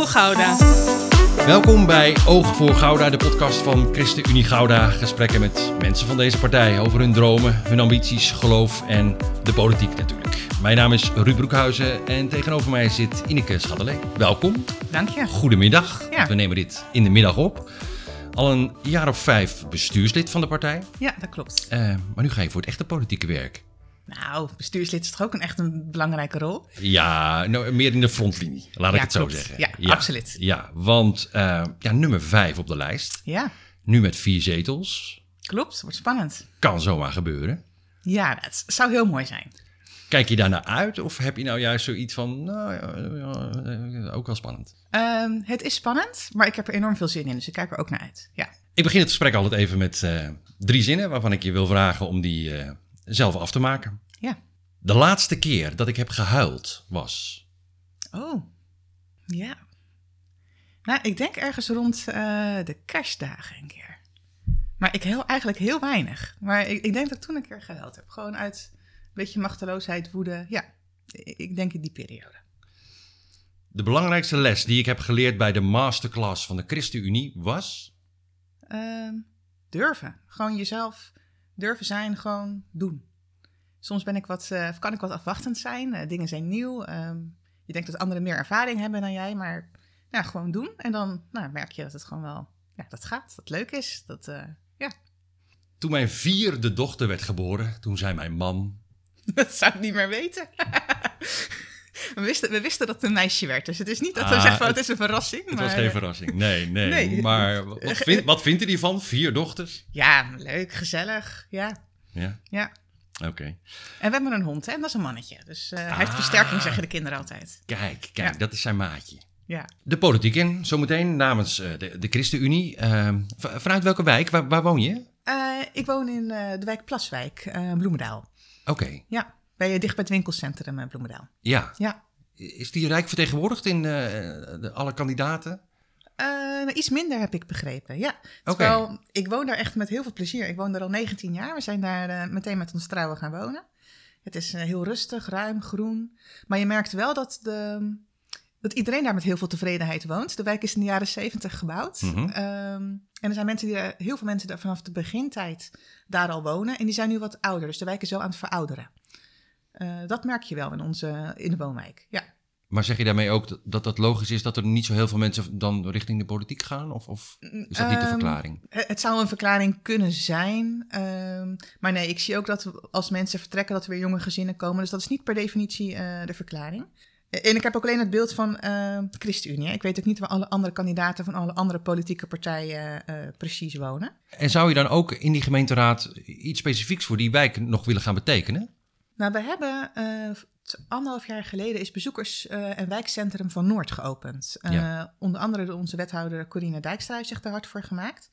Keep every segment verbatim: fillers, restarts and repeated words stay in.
voor Gouda. Welkom bij Oog voor Gouda, de podcast van ChristenUnie Gouda. Gesprekken met mensen van deze partij over hun dromen, hun ambities, geloof en de politiek natuurlijk. Mijn naam is Ruud Broekhuizen en tegenover mij zit Ineke Schaddelee. Welkom. Dank je. Goedemiddag. Ja. We nemen dit in de middag op. Al een jaar of vijf bestuurslid van de partij. Ja, dat klopt. Uh, maar nu ga je voor het echte politieke werk. Nou, bestuurslid is toch ook een echt een belangrijke rol? Ja, nou, meer in de frontlinie, laat ja, ik het klopt. zo zeggen. Ja, ja, absoluut. Ja, want uh, ja, nummer vijf op de lijst. Ja. Nu met vier zetels. Klopt, wordt spannend. Kan zomaar gebeuren. Ja, dat zou heel mooi zijn. Kijk je daar naar uit of heb je nou juist zoiets van, nou ja, ook wel spannend? Um, het is spannend, maar ik heb er enorm veel zin in, dus ik kijk er ook naar uit. Ja. Ik begin het gesprek altijd even met uh, drie zinnen waarvan ik je wil vragen om die uh, zelf af te maken. Ja. De laatste keer dat ik heb gehuild was... Oh, ja. Nou, ik denk ergens rond uh, de kerstdagen een keer. Maar ik heel, eigenlijk heel weinig. Maar ik, ik denk dat ik toen een keer gehuild heb. Gewoon uit een beetje machteloosheid, woede. Ja, ik denk in die periode. De belangrijkste les die ik heb geleerd bij de masterclass van de ChristenUnie was? Uh, durven. Gewoon jezelf durven zijn, gewoon doen. Soms ben ik wat, uh, kan ik wat afwachtend zijn. Uh, dingen zijn nieuw. Um, je denkt dat anderen meer ervaring hebben dan jij. Maar ja, gewoon doen. En dan nou, merk je dat het gewoon wel ja, dat gaat. Dat het leuk is. Dat, uh, ja. Toen mijn vierde dochter werd geboren, toen zei mijn man... Dat zou ik niet meer weten. we, wisten, we wisten dat het een meisje werd. Dus het is niet dat we ah, zeggen van het is een verrassing. Het maar, was geen verrassing. Nee, nee. nee. Maar wat, uh, vind, wat vindt u hiervan? Vier dochters? Ja, leuk, gezellig. Ja. Ja? Ja. Oké. Okay. En we hebben een hond, hè? En dat is een mannetje. Dus uh, ah, hij heeft versterking, zeggen de kinderen altijd. Kijk, kijk, ja. Dat is zijn maatje. Ja. De politiek in, zometeen namens uh, de, de ChristenUnie. Uh, vanuit welke wijk? Waar, waar woon je? Uh, ik woon in uh, de wijk Plaswijk, uh, Bloemendaal. Oké. Okay. Ja, ben je dicht bij het winkelcentrum uh, Bloemendaal. Ja. Ja. Is die rijk vertegenwoordigd in uh, de, alle kandidaten? Uh, iets minder heb ik begrepen, ja. Terwijl, okay. Ik woon daar echt met heel veel plezier. Ik woon daar al negentien jaar. We zijn daar uh, meteen met ons trouwen gaan wonen. Het is uh, heel rustig, ruim, groen. Maar je merkt wel dat, de, dat iedereen daar met heel veel tevredenheid woont. De wijk is in de jaren zeventig gebouwd. Mm-hmm. Um, en er zijn mensen die er, heel veel mensen daar vanaf de begintijd daar al wonen. En die zijn nu wat ouder. Dus de wijk is zo aan het verouderen. Uh, dat merk je wel in, onze, in de woonwijk, ja. Maar zeg je daarmee ook dat dat logisch is dat er niet zo heel veel mensen dan richting de politiek gaan? Of, of is dat niet de verklaring? Um, het zou een verklaring kunnen zijn. Um, maar nee, ik zie ook dat als mensen vertrekken dat er weer jonge gezinnen komen. Dus dat is niet per definitie uh, de verklaring. En ik heb ook alleen het beeld van uh, ChristenUnie. Ik weet ook niet waar alle andere kandidaten van alle andere politieke partijen uh, precies wonen. En zou je dan ook in die gemeenteraad iets specifieks voor die wijk nog willen gaan betekenen? Nou, we hebben... Uh, Anderhalf jaar geleden is bezoekers uh, en wijkcentrum van Noord geopend. Uh, ja. Onder andere door onze wethouder Corine Dijkstra heeft zich daar hard voor gemaakt.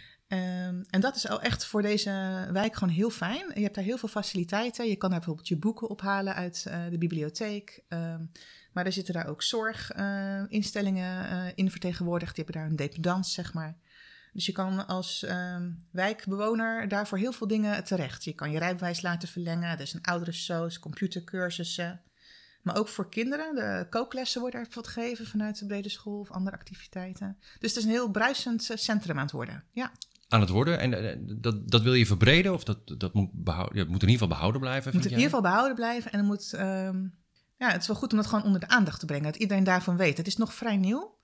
Um, en dat is al echt voor deze wijk gewoon heel fijn. Je hebt daar heel veel faciliteiten. Je kan daar bijvoorbeeld je boeken ophalen uit uh, de bibliotheek. Um, maar er zitten daar ook zorginstellingen uh, uh, in vertegenwoordigd. Die hebben daar een dependance, zeg maar. Dus je kan als um, wijkbewoner daarvoor heel veel dingen terecht. Je kan je rijbewijs laten verlengen. Er is een ouderensoos, computercursussen. Maar ook voor kinderen. De kooklessen worden er wat gegeven vanuit de brede school of andere activiteiten. Dus het is een heel bruisend centrum aan het worden. Ja. Aan het worden. En uh, dat, dat wil je verbreden? Of dat, dat moet, behouden, ja, moet in ieder geval behouden blijven? Het moet in jij? ieder geval behouden blijven. En het, moet, um, ja, het is wel goed om dat gewoon onder de aandacht te brengen. Dat iedereen daarvan weet. Het is nog vrij nieuw.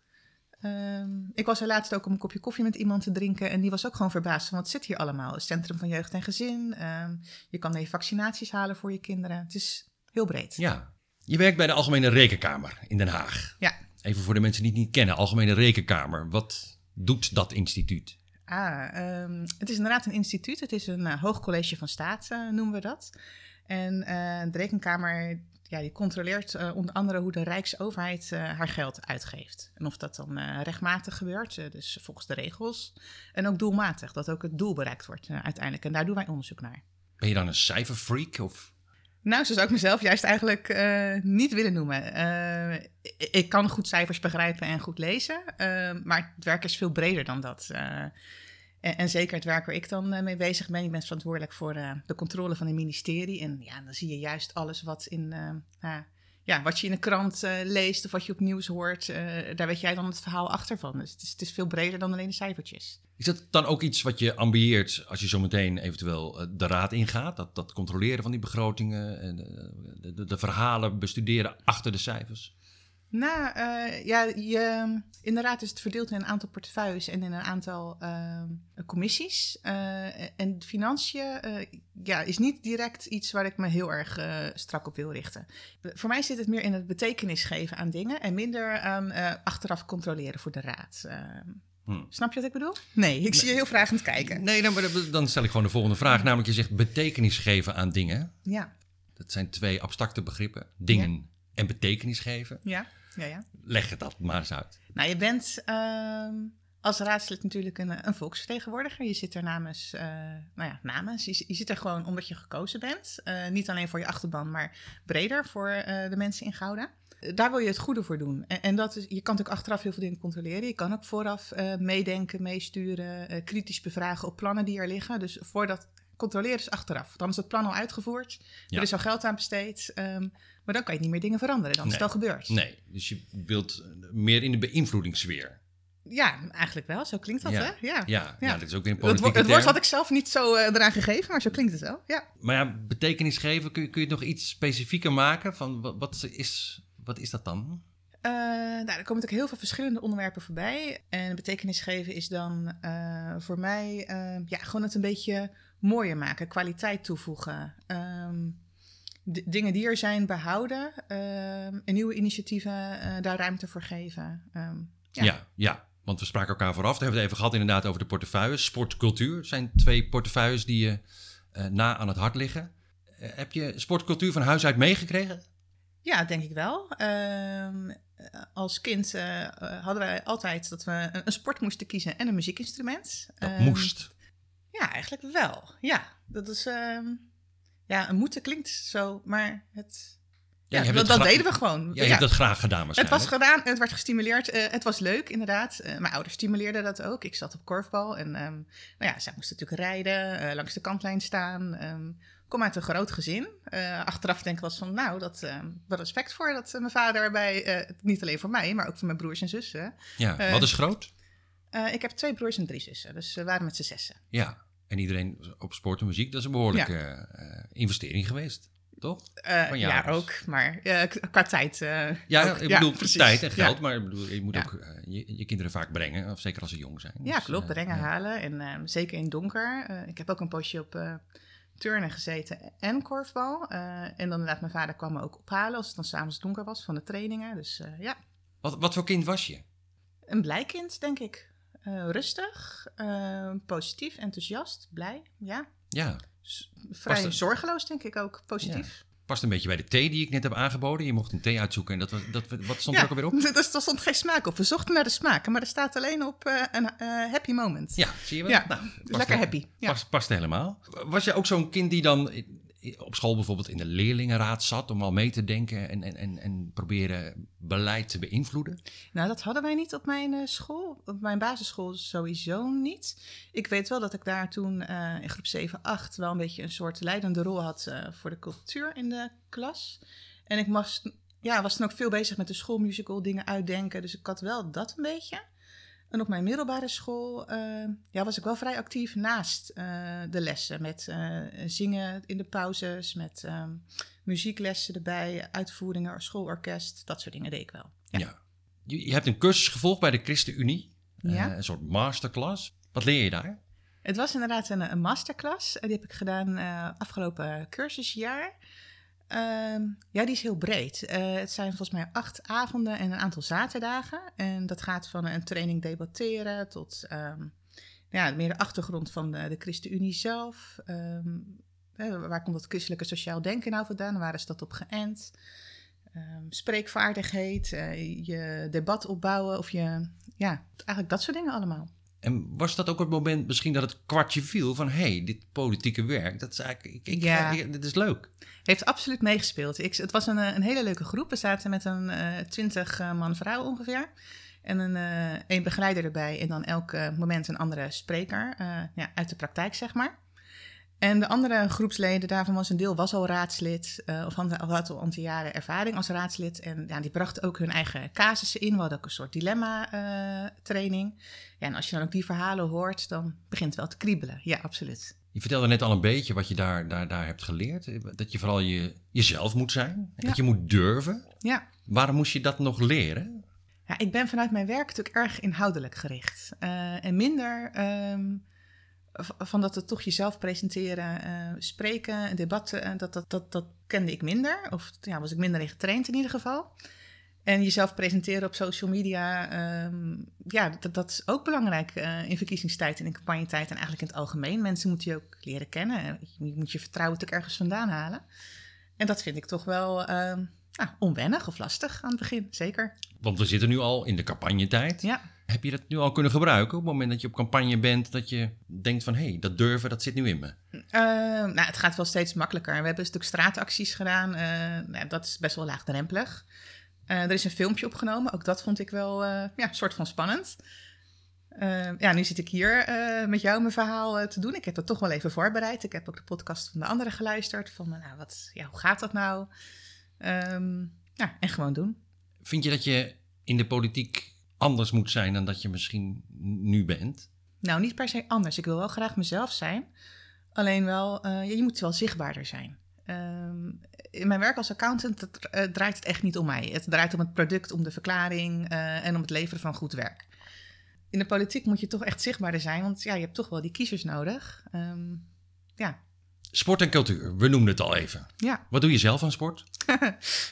Um, ik was er laatst ook om een kopje koffie met iemand te drinken. En die was ook gewoon verbaasd van wat zit hier allemaal. Het Centrum van Jeugd en Gezin. Um, je kan je vaccinaties halen voor je kinderen. Het is heel breed. Ja. Je werkt bij de Algemene Rekenkamer in Den Haag. Ja. Even voor de mensen die het niet kennen. Algemene Rekenkamer. Wat doet dat instituut? Ah, um, het is inderdaad een instituut. Het is een uh, hoog college van staat, uh, noemen we dat. En uh, de Rekenkamer... Ja, die controleert uh, onder andere hoe de Rijksoverheid uh, haar geld uitgeeft. En of dat dan uh, rechtmatig gebeurt, uh, dus volgens de regels. En ook doelmatig, dat ook het doel bereikt wordt uh, uiteindelijk. En daar doen wij onderzoek naar. Ben je dan een cijferfreak? Of? Nou, zo zou ik mezelf juist eigenlijk uh, niet willen noemen. Uh, ik, ik kan goed cijfers begrijpen en goed lezen. Uh, maar het werk is veel breder dan dat. Uh, En, en zeker het werk waar ik dan uh, mee bezig ben. Je bent verantwoordelijk voor uh, de controle van het ministerie. En ja, dan zie je juist alles wat in uh, uh, ja, wat je in de krant uh, leest of wat je op nieuws hoort, uh, daar weet jij dan het verhaal achter van. Dus het is, het is veel breder dan alleen de cijfertjes. Is dat dan ook iets wat je ambieert als je zo meteen eventueel de raad ingaat? Dat, dat controleren van die begrotingen en de, de, de verhalen bestuderen achter de cijfers? Nou, uh, ja, je, inderdaad is het verdeeld in een aantal portefeuilles en in een aantal uh, commissies. Uh, en financiën uh, ja, is niet direct iets waar ik me heel erg uh, strak op wil richten. Voor mij zit het meer in het betekenis geven aan dingen en minder aan uh, achteraf controleren voor de raad. Uh, Hmm. Snap je wat ik bedoel? Nee, ik zie je heel vragend kijken. Nee, dan, dan stel ik gewoon de volgende vraag. Namelijk, je zegt betekenis geven aan dingen. Ja. Dat zijn twee abstracte begrippen. Dingen ja. en betekenis geven. Ja, ja, ja. Leg het dat maar eens uit. Nou, je bent uh, als raadslid natuurlijk een, een volksvertegenwoordiger. Je zit er namens, uh, nou ja, namens. Je, je zit er gewoon omdat je gekozen bent. Uh, niet alleen voor je achterban, maar breder voor uh, de mensen in Gouda. Daar wil je het goede voor doen. En, en dat is, je kan natuurlijk achteraf heel veel dingen controleren. Je kan ook vooraf uh, meedenken, meesturen, uh, kritisch bevragen op plannen die er liggen. Dus voordat controleren is achteraf. Dan is het plan al uitgevoerd. Ja. Er is al geld aan besteed. Um, maar dan kan je niet meer dingen veranderen. Dan nee. is het al gebeurd. Nee, dus je wilt meer in de beïnvloedingssfeer. Ja, eigenlijk wel. Zo klinkt dat, ja. hè? Ja. Ja. Ja. ja, dat is ook weer een politieke Het, wo- het term. woord had ik zelf niet zo uh, eraan gegeven, maar zo klinkt het wel. Ja. Maar ja, betekenis geven, kun je, kun je het nog iets specifieker maken? Van wat, wat is... Wat is dat dan? Uh, nou, er komen natuurlijk heel veel verschillende onderwerpen voorbij. En betekenis geven is dan uh, voor mij uh, ja, gewoon het een beetje mooier maken, kwaliteit toevoegen. Um, d- dingen die er zijn behouden uh, en nieuwe initiatieven uh, daar ruimte voor geven. Um, ja. ja, ja. Want we spraken elkaar vooraf. Daar hebben we het even gehad inderdaad over de portefeuilles. Sport, cultuur zijn twee portefeuilles die je uh, na aan het hart liggen. Uh, heb je sport, cultuur van huis uit meegekregen? Ja, denk ik wel. Uh, als kind uh, hadden wij altijd dat we een, een sport moesten kiezen en een muziekinstrument. Dat uh, moest? Ja, eigenlijk wel. Ja, dat is... Uh, ja, een moeten klinkt zo, maar het... Ja, ja dat, dat gra- deden we gewoon. Ja, je ja. hebt dat graag gedaan waarschijnlijk. Het was gedaan, het werd gestimuleerd. Uh, het was leuk, inderdaad. Uh, mijn ouders stimuleerden dat ook. Ik zat op korfbal en um, nou ja, zij moesten natuurlijk rijden, uh, langs de kantlijn staan. Um, kom uit een groot gezin. Uh, achteraf denk ik was van, nou, dat uh, wel respect voor dat uh, mijn vader erbij, uh, niet alleen voor mij, maar ook voor mijn broers en zussen. Ja, uh, wat is groot? Uh, ik heb twee broers en drie zussen, dus we waren met z'n zessen. Ja, en iedereen op sport en muziek, dat is een behoorlijke ja. uh, investering geweest. Toch? Uh, ja, ook, maar uh, qua tijd. Uh, ja, ook. ik bedoel ja, tijd en geld, ja. maar ik bedoel, je moet ja. ook uh, je, je kinderen vaak brengen, of zeker als ze jong zijn. Ja, dus, klopt, uh, brengen, ja. halen en uh, zeker in donker. Uh, ik heb ook een poosje op uh, turnen gezeten en korfbal. Uh, en dan inderdaad, mijn vader kwam me ook ophalen als het dan 's avonds donker was van de trainingen. Dus uh, ja. Wat, wat voor kind was je? Een blij kind, denk ik. Uh, rustig, uh, positief, enthousiast, blij, ja. Ja. S- vrij er... zorgeloos, denk ik ook, positief. Ja. Past een beetje bij de thee die ik net heb aangeboden. Je mocht een thee uitzoeken en dat, was, dat, wat stond ja, er ook alweer op? Ja, er stond geen smaak op. We zochten naar de smaken, maar er staat alleen op uh, een uh, happy moment. Ja, zie je wel? Ja, nou, lekker er, happy. Ja. Past, past helemaal. Was je ook zo'n kind die dan op school bijvoorbeeld in de leerlingenraad zat om al mee te denken en, en, en, en proberen beleid te beïnvloeden? Nou, dat hadden wij niet op mijn uh, school. Op mijn basisschool sowieso niet. Ik weet wel dat ik daar toen uh, in groep zeven, acht wel een beetje een soort leidende rol had uh, voor de cultuur in de klas. En ik was, ja, was toen ook veel bezig met de schoolmusical, dingen uitdenken. Dus ik had wel dat een beetje. En op mijn middelbare school uh, ja, was ik wel vrij actief naast uh, de lessen. Met uh, zingen in de pauzes, met um, muzieklessen erbij, uitvoeringen, schoolorkest. Dat soort dingen deed ik wel. Ja. Ja. Je, je hebt een cursus gevolgd bij de ChristenUnie. Ja. Uh, een soort masterclass. Wat leer je daar? Het was inderdaad een, een masterclass. Die heb ik gedaan uh, afgelopen cursusjaar. Um, ja, die is heel breed. Uh, het zijn volgens mij acht avonden en een aantal zaterdagen. En dat gaat van een training debatteren tot um, ja, meer de achtergrond van de, de ChristenUnie zelf. Um, uh, waar komt dat christelijke sociaal denken nou vandaan? Waar is dat op geënt? Um, spreekvaardigheid, uh, je debat opbouwen of je... Ja, eigenlijk dat soort dingen allemaal. En was dat ook het moment misschien dat het kwartje viel van... hé, hey, dit politieke werk, dat is eigenlijk, ik, ik, ja. ik, dit is leuk. Heeft absoluut meegespeeld. Ik, het was een, een hele leuke groep. We zaten met een uh, twintig uh, man-vrouw ongeveer. En een, uh, een begeleider erbij. En dan elk uh, moment een andere spreker. Uh, ja, uit de praktijk, zeg maar. En de andere groepsleden, daarvan was een deel was al raadslid uh, of had, had al een aantal jaren ervaring als raadslid. En ja, die brachten ook hun eigen casussen in. We hadden ook een soort dilemma-training. Uh, ja, en als je dan ook die verhalen hoort, dan begint het wel te kriebelen. Ja, absoluut. Je vertelde net al een beetje wat je daar, daar, daar hebt geleerd. Dat je vooral je, jezelf moet zijn. Ja. Dat je moet durven. Ja. Waarom moest je dat nog leren? Ja, ik ben vanuit mijn werk natuurlijk erg inhoudelijk gericht. Uh, en minder um, van dat het toch jezelf presenteren, uh, spreken, debatten, uh, dat, dat, dat, dat kende ik minder. Of ja, was ik minder in getraind in ieder geval. En jezelf presenteren op social media, um, ja, dat, dat is ook belangrijk uh, in verkiezingstijd en in campagnetijd en eigenlijk in het algemeen. Mensen moeten je ook leren kennen. Je moet je vertrouwen natuurlijk ergens vandaan halen. En dat vind ik toch wel um, nou, onwennig of lastig aan het begin, zeker. Want we zitten nu al in de campagnetijd. Ja. Heb je dat nu al kunnen gebruiken op het moment dat je op campagne bent, dat je denkt van, hé, hey, dat durven, dat zit nu in me? Uh, nou, het gaat wel steeds makkelijker. We hebben een stuk straatacties gedaan. Uh, nou, dat is best wel laagdrempelig. Uh, er is een filmpje opgenomen. Ook dat vond ik wel uh, ja, een soort van spannend. Uh, ja, nu zit ik hier uh, met jou mijn verhaal uh, te doen. Ik heb dat toch wel even voorbereid. Ik heb ook de podcast van de anderen geluisterd. Van, nou, wat, ja, hoe gaat dat nou? Um, ja, en gewoon doen. Vind je dat je in de politiek anders moet zijn dan dat je misschien nu bent? Nou, niet per se anders. Ik wil wel graag mezelf zijn. Alleen wel, uh, ja, je moet wel zichtbaarder zijn. Um, in mijn werk als accountant het, uh, draait het echt niet om mij. Het draait om het product, om de verklaring uh, en om het leveren van goed werk. In de politiek moet je toch echt zichtbaarder zijn, want ja, je hebt toch wel die kiezers nodig. Um, ja. Sport en cultuur, we noemden het al even. Ja. Wat doe je zelf aan sport? uh,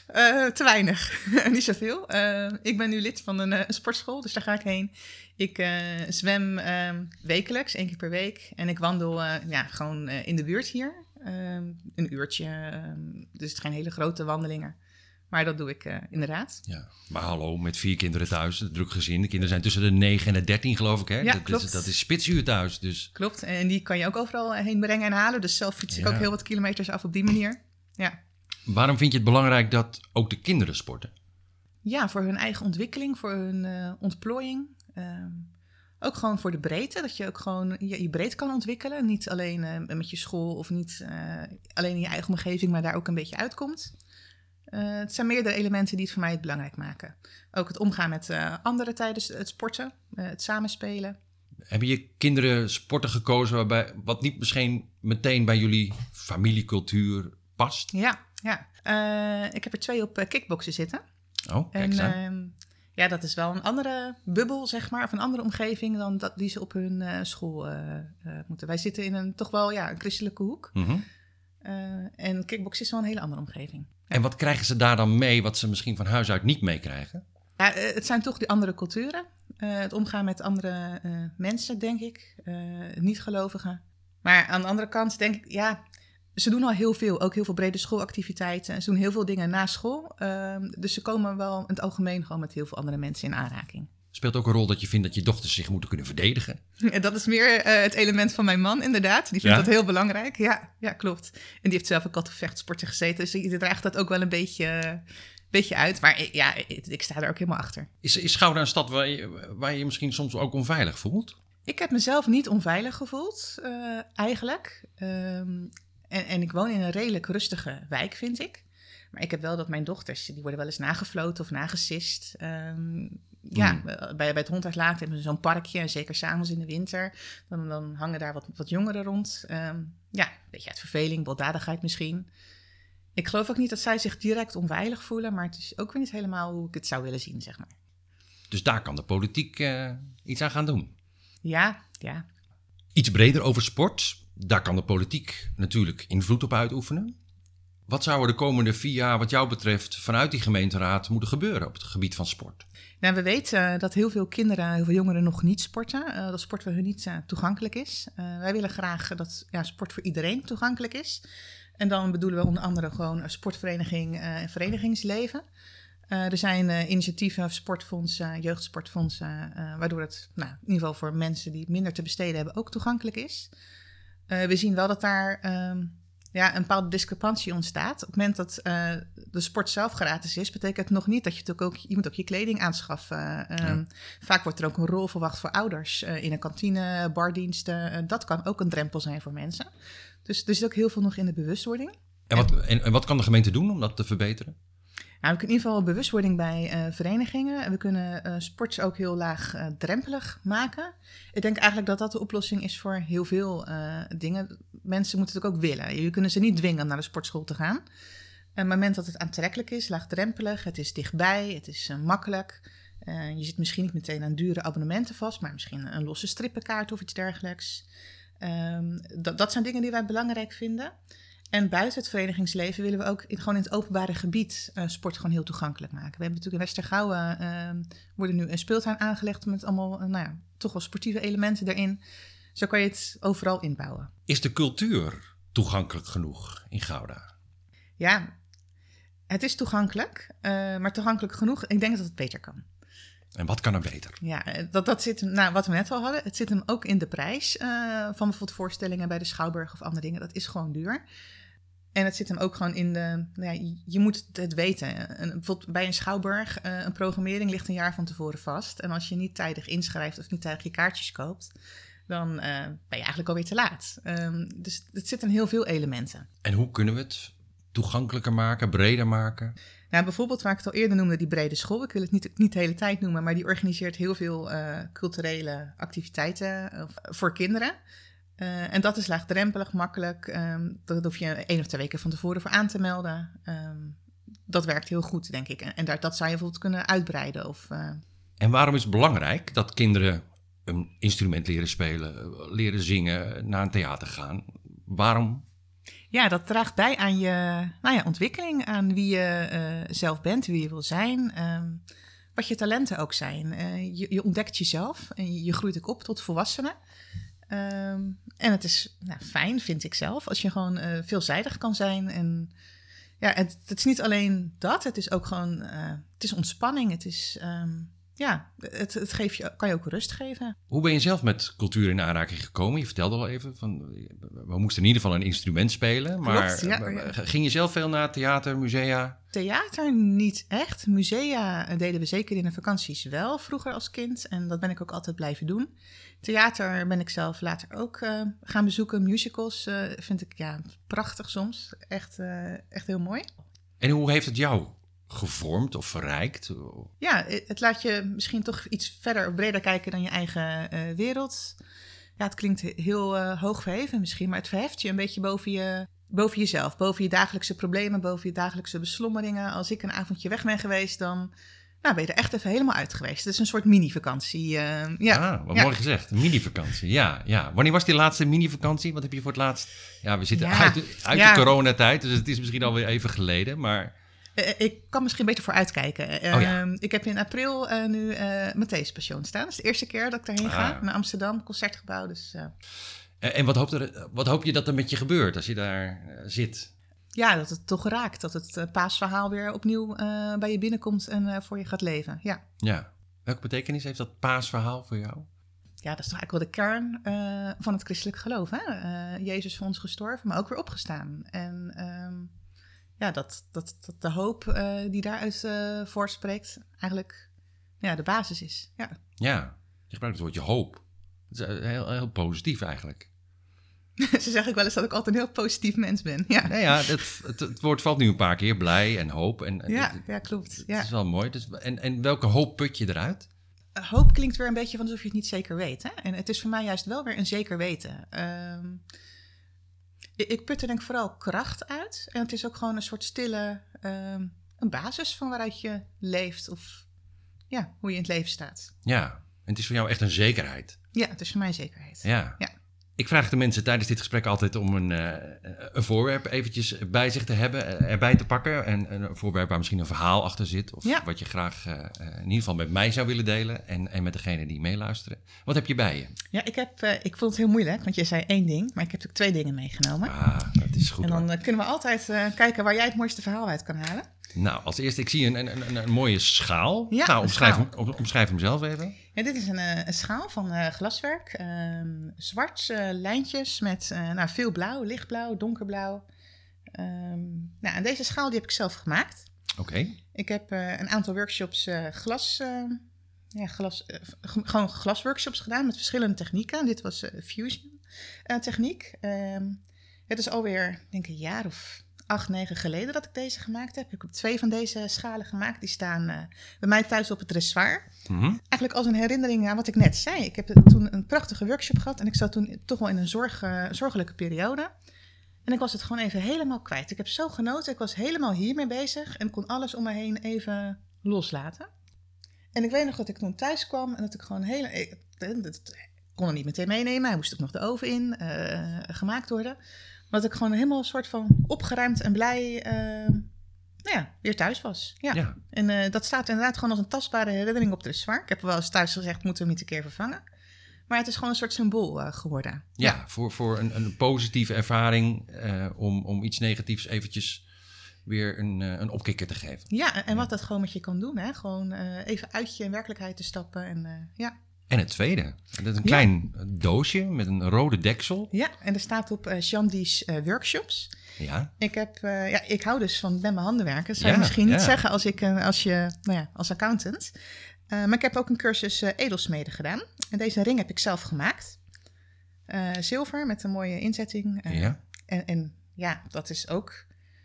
te weinig, niet zoveel. Uh, ik ben nu lid van een, uh, een sportschool, dus daar ga ik heen. Ik uh, zwem uh, wekelijks, één keer per week. En ik wandel uh, ja, gewoon uh, in de buurt hier. Uh, een uurtje, uh, dus het zijn hele grote wandelingen. Maar dat doe ik uh, inderdaad. Ja, maar hallo, met vier kinderen thuis, een druk gezin. De kinderen zijn tussen de negen en de dertien, geloof ik. Hè? Ja, dat, klopt. Is, dat is spitsuur thuis. Dus. Klopt, en die kan je ook overal heen brengen en halen. Dus zelf fiets ik Ja. ook heel wat kilometers af op die manier. Ja. Waarom vind je het belangrijk dat ook de kinderen sporten? Ja, voor hun eigen ontwikkeling, voor hun uh, ontplooiing. Uh, ook gewoon voor de breedte, dat je ook gewoon je, je breed kan ontwikkelen. Niet alleen uh, met je school of niet uh, alleen in je eigen omgeving, maar daar ook een beetje uitkomt. Uh, het zijn meerdere elementen die het voor mij het belangrijk maken. Ook het omgaan met uh, anderen tijdens het sporten, uh, het samenspelen. Hebben je kinderen sporten gekozen waarbij, wat niet misschien meteen bij jullie familiecultuur past? Ja, ja. Uh, ik heb er twee op uh, kickboksen zitten. Oh, kijk eens aan. En uh, ja, dat is wel een andere bubbel, zeg maar, of een andere omgeving dan dat die ze op hun uh, school uh, uh, moeten. Wij zitten in een toch wel ja, een christelijke hoek. Mm-hmm. Uh, en kickboksen is wel een hele andere omgeving. Ja. En wat krijgen ze daar dan mee wat ze misschien van huis uit niet meekrijgen? Ja, het zijn toch die andere culturen. Uh, het omgaan met andere uh, mensen, denk ik. Uh, niet-gelovigen. Maar aan de andere kant denk ik, ja, ze doen al heel veel. Ook heel veel brede schoolactiviteiten. Ze doen heel veel dingen na school. Uh, dus ze komen wel in het algemeen gewoon met heel veel andere mensen in aanraking. Speelt ook een rol dat je vindt dat je dochters zich moeten kunnen verdedigen? En dat is meer uh, het element van mijn man, inderdaad. Die vindt Ja? dat heel belangrijk. Ja, ja, klopt. En die heeft zelf ook altijd vechtsporten gezeten. Dus die draagt dat ook wel een beetje, uh, beetje uit. Maar uh, ja, ik, ik sta er ook helemaal achter. Is, is Gouda een stad waar je, waar je je misschien soms ook onveilig voelt? Ik heb mezelf niet onveilig gevoeld, uh, eigenlijk. Um, en, en ik woon in een redelijk rustige wijk, vind ik. Maar ik heb wel dat mijn dochters, die worden wel eens nagefloten of nagesist. Um, ja, mm. bij, bij het honduitlaten hebben ze zo'n parkje. En zeker 's avonds in de winter. Dan, dan hangen daar wat, wat jongeren rond. Um, ja, een beetje uit verveling, baldadigheid misschien. Ik geloof ook niet dat zij zich direct onveilig voelen. Maar het is ook weer niet helemaal hoe ik het zou willen zien, zeg maar. Dus daar kan de politiek uh, iets aan gaan doen? Ja, ja. Iets breder over sport. Daar kan de politiek natuurlijk invloed op uitoefenen. Wat zou er de komende vier jaar wat jou betreft vanuit die gemeenteraad moeten gebeuren op het gebied van sport? Nou, we weten uh, dat heel veel kinderen, heel veel jongeren nog niet sporten. Uh, dat sport voor hun niet uh, toegankelijk is. Uh, wij willen graag dat ja, sport voor iedereen toegankelijk is. En dan bedoelen we onder andere gewoon een sportvereniging uh, en verenigingsleven. Uh, er zijn uh, initiatieven, sportfondsen, jeugdsportfondsen, uh, waardoor het nou, in ieder geval voor mensen die minder te besteden hebben ook toegankelijk is. Uh, we zien wel dat daar um, ja, een bepaalde discrepantie ontstaat. Op het moment dat uh, de sport zelf gratis is, betekent het nog niet dat je natuurlijk ook, je moet ook je kleding aanschaffen. Uh, ja. Vaak wordt er ook een rol verwacht voor ouders uh, in een kantine, bardiensten. Uh, dat kan ook een drempel zijn voor mensen. Dus er zit ook heel veel nog in de bewustwording. En wat, en, en wat kan de gemeente doen om dat te verbeteren? Nou, we kunnen in ieder geval bewustwording bij uh, verenigingen. En we kunnen uh, sports ook heel laag uh, drempelig maken. Ik denk eigenlijk dat dat de oplossing is voor heel veel uh, dingen. Mensen moeten het ook willen. Je kunnen ze niet dwingen om naar de sportschool te gaan. Uh, maar op het moment dat het aantrekkelijk is, laagdrempelig, het is dichtbij, het is uh, makkelijk. Uh, je zit misschien niet meteen aan dure abonnementen vast, maar misschien een losse strippenkaart of iets dergelijks. Um, dat, dat zijn dingen die wij belangrijk vinden. En buiten het verenigingsleven willen we ook in, gewoon in het openbare gebied uh, sport gewoon heel toegankelijk maken. We hebben natuurlijk in Westergouwen uh, worden nu een speeltuin aangelegd met allemaal uh, nou ja, toch wel sportieve elementen erin. Zo kan je het overal inbouwen. Is de cultuur toegankelijk genoeg in Gouda? Ja, het is toegankelijk, uh, maar toegankelijk genoeg. Ik denk dat het beter kan. En wat kan er beter? Ja, dat, dat zit hem, nou, wat we net al hadden, het zit hem ook in de prijs uh, van bijvoorbeeld voorstellingen bij de Schouwburg of andere dingen. Dat is gewoon duur. En het zit hem ook gewoon in de, nou ja, je moet het weten. Een, bijvoorbeeld bij een Schouwburg, uh, een programmering ligt een jaar van tevoren vast. En als je niet tijdig inschrijft of niet tijdig je kaartjes koopt, dan uh, ben je eigenlijk alweer te laat. Um, dus het zit in heel veel elementen. En hoe kunnen we het toegankelijker maken, breder maken? Nou, bijvoorbeeld waar ik het al eerder noemde, die brede school. Ik wil het niet, niet de hele tijd noemen, maar die organiseert heel veel uh, culturele activiteiten uh, voor kinderen. Uh, en dat is laagdrempelig, makkelijk. Um, dat hoef je één of twee weken van tevoren voor aan te melden. Um, dat werkt heel goed, denk ik. En, en daar, dat zou je bijvoorbeeld kunnen uitbreiden. Of, uh... En waarom is het belangrijk dat kinderen een instrument leren spelen, leren zingen, naar een theater gaan? Waarom? Ja, dat draagt bij aan je nou ja, ontwikkeling, aan wie je uh, zelf bent, wie je wil zijn. Um, wat je talenten ook zijn. Uh, je, je ontdekt jezelf en je, je groeit ook op tot volwassene. Um, en het is nou, fijn, vind ik zelf, als je gewoon uh, veelzijdig kan zijn. En ja, het, het is niet alleen dat, het is ook gewoon, uh, het is ontspanning. Het is, um, ja, het, het geeft je, kan je ook rust geven. Hoe ben je zelf met cultuur in aanraking gekomen? Je vertelde al even, van, we moesten in ieder geval een instrument spelen. Maar Klopt, ja, ja. Ging je zelf veel naar theater, musea? Theater niet echt. Musea deden we zeker in de vakanties wel vroeger als kind. En dat ben ik ook altijd blijven doen. Theater ben ik zelf later ook uh, gaan bezoeken. Musicals uh, vind ik ja, prachtig soms. Echt, uh, echt heel mooi. En hoe heeft het jou gevormd of verrijkt? Ja, het laat je misschien toch iets verder of breder kijken dan je eigen uh, wereld. Ja, het klinkt heel uh, hoog verheven misschien, maar het verheft je een beetje boven je... Boven jezelf, boven je dagelijkse problemen, boven je dagelijkse beslommeringen. Als ik een avondje weg ben geweest, dan nou, ben je er echt even helemaal uit geweest. Het is een soort mini-vakantie. Uh, ja. Ah, wat ja. mooi gezegd. Mini-vakantie, ja, ja. Wanneer was die laatste mini-vakantie? Wat heb je voor het laatst? Ja, we zitten ja. uit, uit ja. de coronatijd, dus het is misschien alweer even geleden, maar... Uh, ik kan misschien beter voor uitkijken. Uh, oh, ja. Ik heb in april uh, nu uh, Matthäus Passion staan. Dat is de eerste keer dat ik daarheen ga, ah. naar Amsterdam, concertgebouw. Dus... Uh, En wat hoop, er, wat hoop je dat er met je gebeurt als je daar uh, zit? Ja, dat het toch raakt. Dat het uh, paasverhaal weer opnieuw uh, bij je binnenkomt en uh, voor je gaat leven. Ja. Ja. Welke betekenis heeft dat paasverhaal voor jou? Ja, dat is toch eigenlijk wel de kern uh, van het christelijk geloof. Hè? Uh, Jezus voor ons gestorven, maar ook weer opgestaan. En um, ja, dat, dat, dat de hoop uh, die daaruit uh, voortspreekt eigenlijk ja, de basis is. Ja, ja, je gebruikt het woordje hoop. Dat is heel, heel positief eigenlijk. Ze zeggen ook wel eens dat ik altijd een heel positief mens ben. Ja, nee, ja het, het, het woord valt nu een paar keer. Blij en hoop. En, ja, het, ja, klopt. Het, ja. het is wel mooi. Dus, en, en welke hoop put je eruit? Uh, hoop klinkt weer een beetje van alsof je het niet zeker weet. Hè? En het is voor mij juist wel weer een zeker weten. Um, ik, ik put er denk ik vooral kracht uit. En het is ook gewoon een soort stille um, een basis van waaruit je leeft. Of ja, hoe je in het leven staat. Ja, en het is voor jou echt een zekerheid. Ja, het is voor mij zekerheid. Ja. ja. Ik vraag de mensen tijdens dit gesprek altijd om een, uh, een voorwerp eventjes bij zich te hebben, erbij te pakken. En een voorwerp waar misschien een verhaal achter zit. Of ja. wat je graag uh, in ieder geval met mij zou willen delen. En, en met degene die meeluisteren. Wat heb je bij je? Ja, ik, heb, uh, ik vond het heel moeilijk, want je zei één ding. Maar ik heb natuurlijk twee dingen meegenomen. Ah, dat is goed. En dan uh, kunnen we altijd uh, kijken waar jij het mooiste verhaal uit kan halen. Nou, als eerste, ik zie een, een, een, een mooie schaal. Ja, nou, omschrijf, schaal. Hem, omschrijf hem zelf even. Ja, dit is een, een schaal van uh, glaswerk. Uh, zwart uh, lijntjes met uh, nou, veel blauw, lichtblauw, donkerblauw. Um, nou, en deze schaal die heb ik zelf gemaakt. Oké. Okay. Ik heb uh, een aantal workshops uh, glas... Uh, Ja, glas, uh, g- gewoon glasworkshops gedaan met verschillende technieken. Dit was uh, fusion uh, techniek. Um, het is alweer, denk ik, een jaar of acht, negen geleden dat ik deze gemaakt heb. Ik heb twee van deze schalen gemaakt. Die staan uh, bij mij thuis op het dressoir. Mm-hmm. Eigenlijk als een herinnering aan wat ik net zei. Ik heb toen een prachtige workshop gehad en ik zat toen toch wel in een zorg, uh, zorgelijke periode. En ik was het gewoon even helemaal kwijt. Ik heb zo genoten. Ik was helemaal hiermee bezig en kon alles om me heen even loslaten. En ik weet nog dat ik toen thuis kwam en dat ik gewoon heel... Ik, ik kon hem niet meteen meenemen. Hij moest ook nog de oven in, uh, gemaakt worden. Maar dat ik gewoon helemaal een soort van opgeruimd en blij uh, nou ja, weer thuis was. Ja. ja. En uh, dat staat inderdaad gewoon als een tastbare herinnering op de zwaar. Ik heb wel eens thuis gezegd, moeten we hem niet een keer vervangen. Maar het is gewoon een soort symbool uh, geworden. Ja, ja. voor, voor een, een positieve ervaring uh, om, om iets negatiefs eventjes... weer een, uh, een opkikker te geven. Ja, en ja. wat dat gewoon met je kan doen. Hè? Gewoon uh, even uit je werkelijkheid te stappen. En, uh, ja. en het tweede. Dat is een klein ja. doosje met een rode deksel. Ja, en er staat op uh, Shandy's uh, workshops. Ja. Ik, heb, uh, ja, ik hou dus van met mijn handen werken. Dat zou je ja, misschien ja. niet zeggen als, ik, uh, als, je, nou ja, als accountant. Uh, maar ik heb ook een cursus uh, edelsmeden gedaan. En deze ring heb ik zelf gemaakt. Uh, zilver met een mooie inzetting. Uh, ja. En, en ja, dat is ook...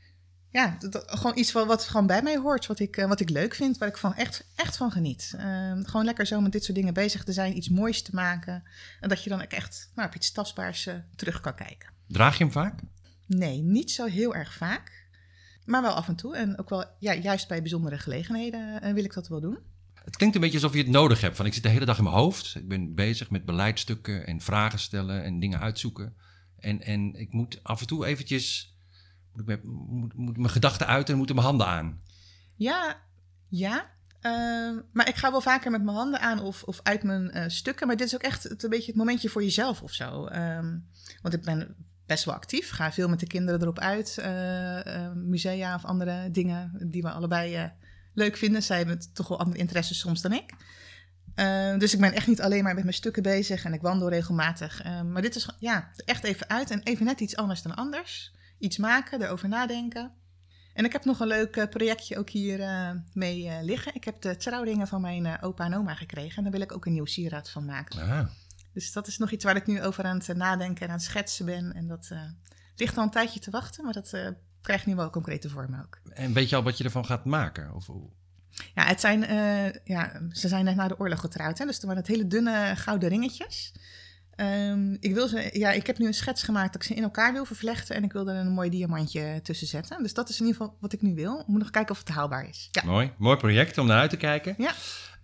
Ja, dat, dat, gewoon iets wat, wat gewoon bij mij hoort, wat ik, uh, wat ik leuk vind, waar ik van echt, echt van geniet. Uh, gewoon lekker zo met dit soort dingen bezig te zijn, iets moois te maken. En dat je dan ook echt nou, op iets tastbaars uh, terug kan kijken. Draag je hem vaak? Nee, niet zo heel erg vaak. Maar wel af en toe. En ook wel, ja, juist bij bijzondere gelegenheden uh, wil ik dat wel doen. Het klinkt een beetje alsof je het nodig hebt. Van, ik zit de hele dag in mijn hoofd. Ik ben bezig met beleidstukken en vragen stellen en dingen uitzoeken. En, en ik moet af en toe eventjes... Moet ik met, moet, moet mijn gedachten uit en moeten mijn handen aan? Ja, ja. Uh, maar ik ga wel vaker met mijn handen aan of, of uit mijn uh, stukken. Maar dit is ook echt het, een beetje het momentje voor jezelf of zo. Um, want ik ben best wel actief. Ga veel met de kinderen erop uit. Uh, uh, musea of andere dingen die we allebei uh, leuk vinden. Zij hebben toch wel andere interesses soms dan ik. Uh, dus ik ben echt niet alleen maar met mijn stukken bezig. En ik wandel regelmatig. Uh, maar dit is ja, echt even uit en even net iets anders dan anders. Iets maken, erover nadenken. En ik heb nog een leuk uh, projectje ook hier uh, mee uh, liggen. Ik heb de trouwringen van mijn uh, opa en oma gekregen. En daar wil ik ook een nieuw sieraad van maken. Ah. Dus dat is nog iets waar ik nu over aan het uh, nadenken en aan het schetsen ben. En dat uh, ligt al een tijdje te wachten, maar dat uh, krijgt nu wel concrete vorm ook. En weet je al wat je ervan gaat maken? Of... Ja, het zijn, uh, ja, ze zijn net na de oorlog getrouwd. Hè? Dus er waren het hele dunne gouden ringetjes. Um, ik, wil ze, ja, ik heb nu een schets gemaakt dat ik ze in elkaar wil vervlechten. En ik wil er een mooi diamantje tussen zetten. Dus dat is in ieder geval wat ik nu wil. Ik moet nog kijken of het haalbaar is. Ja. Mooi, mooi project om naar uit te kijken. Ja.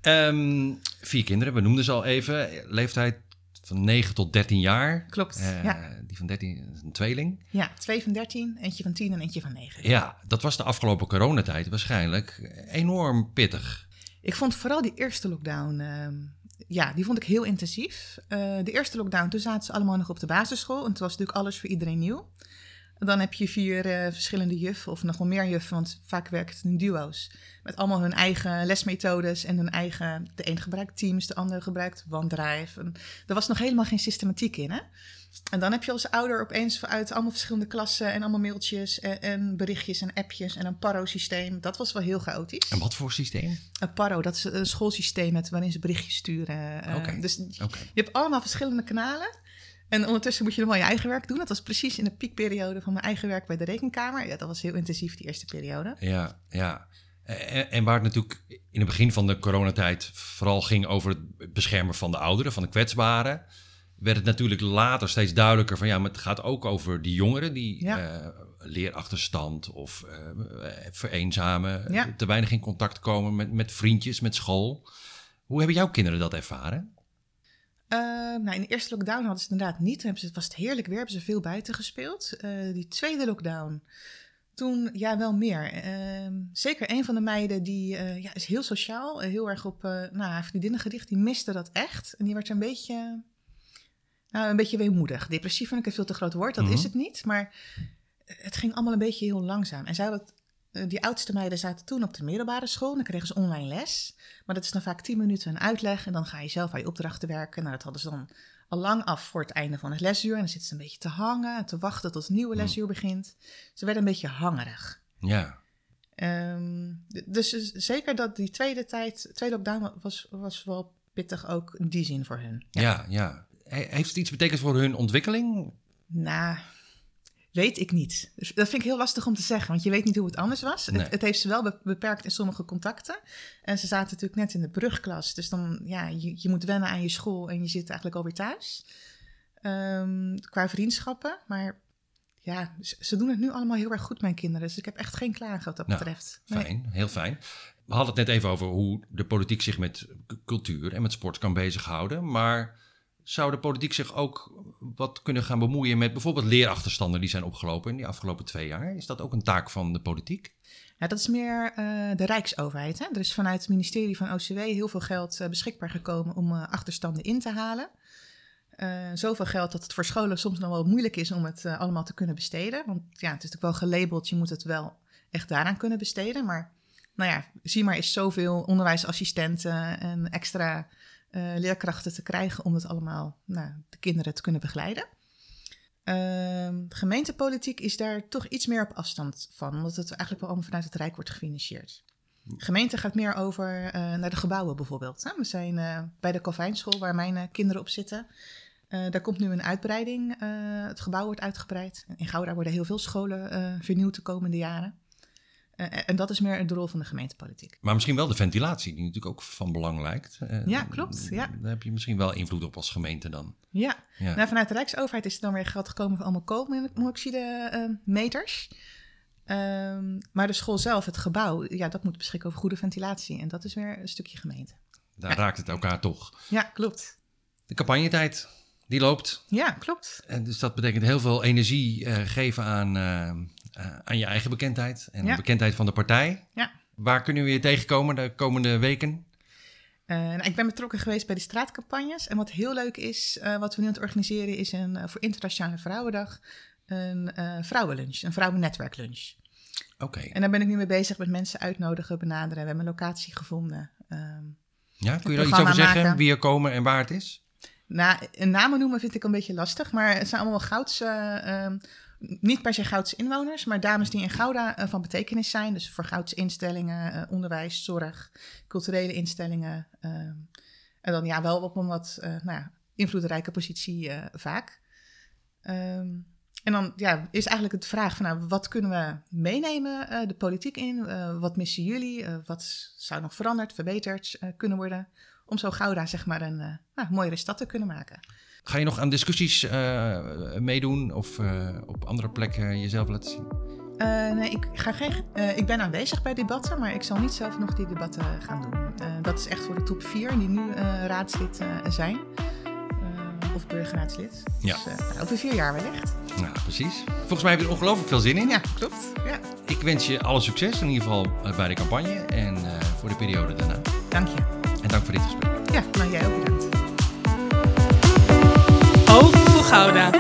Um, vier kinderen, we noemden ze al even. Leeftijd van negen tot dertien jaar. Klopt, uh, ja. Die van dertien is een tweeling. Ja, twee van dertien, eentje van tien en eentje van negen. Ja, dat was de afgelopen coronatijd waarschijnlijk enorm pittig. Ik vond vooral die eerste lockdown... Uh, Ja, die vond ik heel intensief. Uh, de eerste lockdown, toen zaten ze allemaal nog op de basisschool. En toen was natuurlijk alles voor iedereen nieuw. Dan heb je vier uh, verschillende juffen, of nog wel meer juffen, want vaak werkt het in duo's. Met allemaal hun eigen lesmethodes en hun eigen... De een gebruikt Teams, de ander gebruikt OneDrive. En er was nog helemaal geen systematiek in, hè? En dan heb je als ouder opeens uit allemaal verschillende klassen en allemaal mailtjes en, en berichtjes en appjes en een Paro-systeem. Dat was wel heel chaotisch. En wat voor systeem? Een Paro, dat is een schoolsysteem met, waarin ze berichtjes sturen. Uh, okay. Dus okay. Je hebt allemaal verschillende kanalen. En ondertussen moet je nog wel je eigen werk doen. Dat was precies in de piekperiode van mijn eigen werk bij de Rekenkamer. Ja, dat was heel intensief, die eerste periode. Ja, ja. En, en waar het natuurlijk in het begin van de coronatijd vooral ging over het beschermen van de ouderen, van de kwetsbaren, werd het natuurlijk later steeds duidelijker van ja, maar het gaat ook over die jongeren die ja. uh, leerachterstand of uh, vereenzamen, ja. te weinig in contact komen met, met vriendjes, met school. Hoe hebben jouw kinderen dat ervaren? Uh, nou, in de eerste lockdown hadden ze het inderdaad niet. Hebben ze, het was het heerlijk weer, hebben ze veel buiten gespeeld. Uh, die tweede lockdown, toen ja, wel meer. Uh, zeker een van de meiden, die uh, ja, is heel sociaal, uh, heel erg op uh, nou, haar vriendinnen gericht. Die miste dat echt. En die werd een beetje, nou, een beetje weemoedig. Depressief vind ik een veel te groot woord, dat mm-hmm. is het niet. Maar het ging allemaal een beetje heel langzaam. En zij had het uh, die oudste meiden zaten toen op de middelbare school. Dan kregen ze online les. Maar dat is dan vaak tien minuten een uitleg. En dan ga je zelf aan je opdrachten werken. Nou, dat hadden ze dan al lang af voor het einde van het lesuur. En dan zitten ze een beetje te hangen en te wachten tot het nieuwe lesuur begint. Ze werden een beetje hangerig. Ja. Um, dus zeker dat die tweede tijd, tweede lockdown was, was wel pittig ook in die zin voor hun. Ja, ja. ja. Heeft het iets betekend voor hun ontwikkeling? Nou, weet ik niet. Dat vind ik heel lastig om te zeggen, want je weet niet hoe het anders was. Nee. Het, het heeft ze wel beperkt in sommige contacten. En ze zaten natuurlijk net in de brugklas. Dus dan, ja, je, je moet wennen aan je school en je zit eigenlijk alweer thuis. Um, qua vriendschappen, maar ja, ze doen het nu allemaal heel erg goed, mijn kinderen. Dus ik heb echt geen klagen wat dat nou, betreft. Nee. Fijn, heel fijn. We hadden het net even over hoe de politiek zich met cultuur en met sport kan bezighouden. Maar zou de politiek zich ook wat kunnen gaan bemoeien met bijvoorbeeld leerachterstanden die zijn opgelopen in die afgelopen twee jaar? Is dat ook een taak van de politiek? Ja, dat is meer uh, de Rijksoverheid. Hè? Er is vanuit het ministerie van O C W heel veel geld uh, beschikbaar gekomen om uh, achterstanden in te halen. Uh, zoveel geld dat het voor scholen soms nog wel moeilijk is om het uh, allemaal te kunnen besteden. Want ja, het is natuurlijk wel gelabeld, je moet het wel echt daaraan kunnen besteden. Maar nou ja, zie maar eens zoveel onderwijsassistenten en extra uh, leerkrachten te krijgen om het allemaal, nou, de kinderen te kunnen begeleiden. Uh, gemeentepolitiek is daar toch iets meer op afstand van, omdat het eigenlijk wel allemaal vanuit het Rijk wordt gefinancierd. De gemeente gaat meer over uh, naar de gebouwen bijvoorbeeld. Hè? We zijn uh, bij de Calvijnschool, waar mijn uh, kinderen op zitten. Uh, daar komt nu een uitbreiding. Uh, het gebouw wordt uitgebreid. In Gouda worden heel veel scholen uh, vernieuwd de komende jaren. Uh, en dat is meer de rol van de gemeentepolitiek. Maar misschien wel de ventilatie, die natuurlijk ook van belang lijkt. Uh, ja, klopt. Ja. Daar heb je misschien wel invloed op als gemeente dan. Ja, ja. Nou, vanuit de Rijksoverheid is er dan weer geld gekomen voor allemaal koolmonoxide-meters. Uh, um, maar de school zelf, het gebouw, ja, dat moet beschikken over goede ventilatie. En dat is weer een stukje gemeente. Daar ja. raakt het elkaar toch. Ja, klopt. De campagnetijd, die loopt. Ja, klopt. En dus dat betekent heel veel energie uh, geven aan, uh, uh, aan je eigen bekendheid. En ja. de bekendheid van de partij. Ja. Waar kunnen we je tegenkomen de komende weken? Uh, nou, ik ben betrokken geweest bij de straatcampagnes. En wat heel leuk is, uh, wat we nu aan het organiseren, is een, uh, voor Internationale Vrouwendag een uh, vrouwenlunch, een vrouwennetwerklunch. Oké. Okay. En daar ben ik nu mee bezig met mensen uitnodigen, benaderen. We hebben een locatie gevonden. Um, ja, kun je daar iets over zeggen? Maken. Wie er komen en waar het is? Nou, namen noemen vind ik een beetje lastig, maar het zijn allemaal Gouds, uh, um, niet per se Goudse inwoners, maar dames die in Gouda uh, van betekenis zijn. Dus voor Goudse instellingen, uh, onderwijs, zorg, culturele instellingen. Uh, en dan ja, wel op een wat uh, nou ja, invloedrijke positie uh, vaak. Um, en dan ja, is eigenlijk de vraag van nou, wat kunnen we meenemen uh, de politiek in? Uh, wat missen jullie? Uh, wat zou nog veranderd, verbeterd uh, kunnen worden? Om zo Gouda zeg maar een uh, nou, mooiere stad te kunnen maken. Ga je nog aan discussies uh, meedoen of uh, op andere plekken jezelf laten zien? Uh, nee, ik, ga geen, uh, ik ben aanwezig bij debatten, maar ik zal niet zelf nog die debatten gaan doen. Uh, dat is echt voor de top vier die nu uh, raadslid uh, zijn. Uh, of burgerraadslid. Ja. Dus uh, over vier jaar wellicht. Nou, precies. Volgens mij heb je er ongelooflijk veel zin in. Ja, klopt. Ja. Ik wens je alle succes, in ieder geval bij de campagne en uh, voor de periode daarna. Dank je. En dank voor dit gesprek. Ja, nou jij ook bedankt. Oog voor Gouda.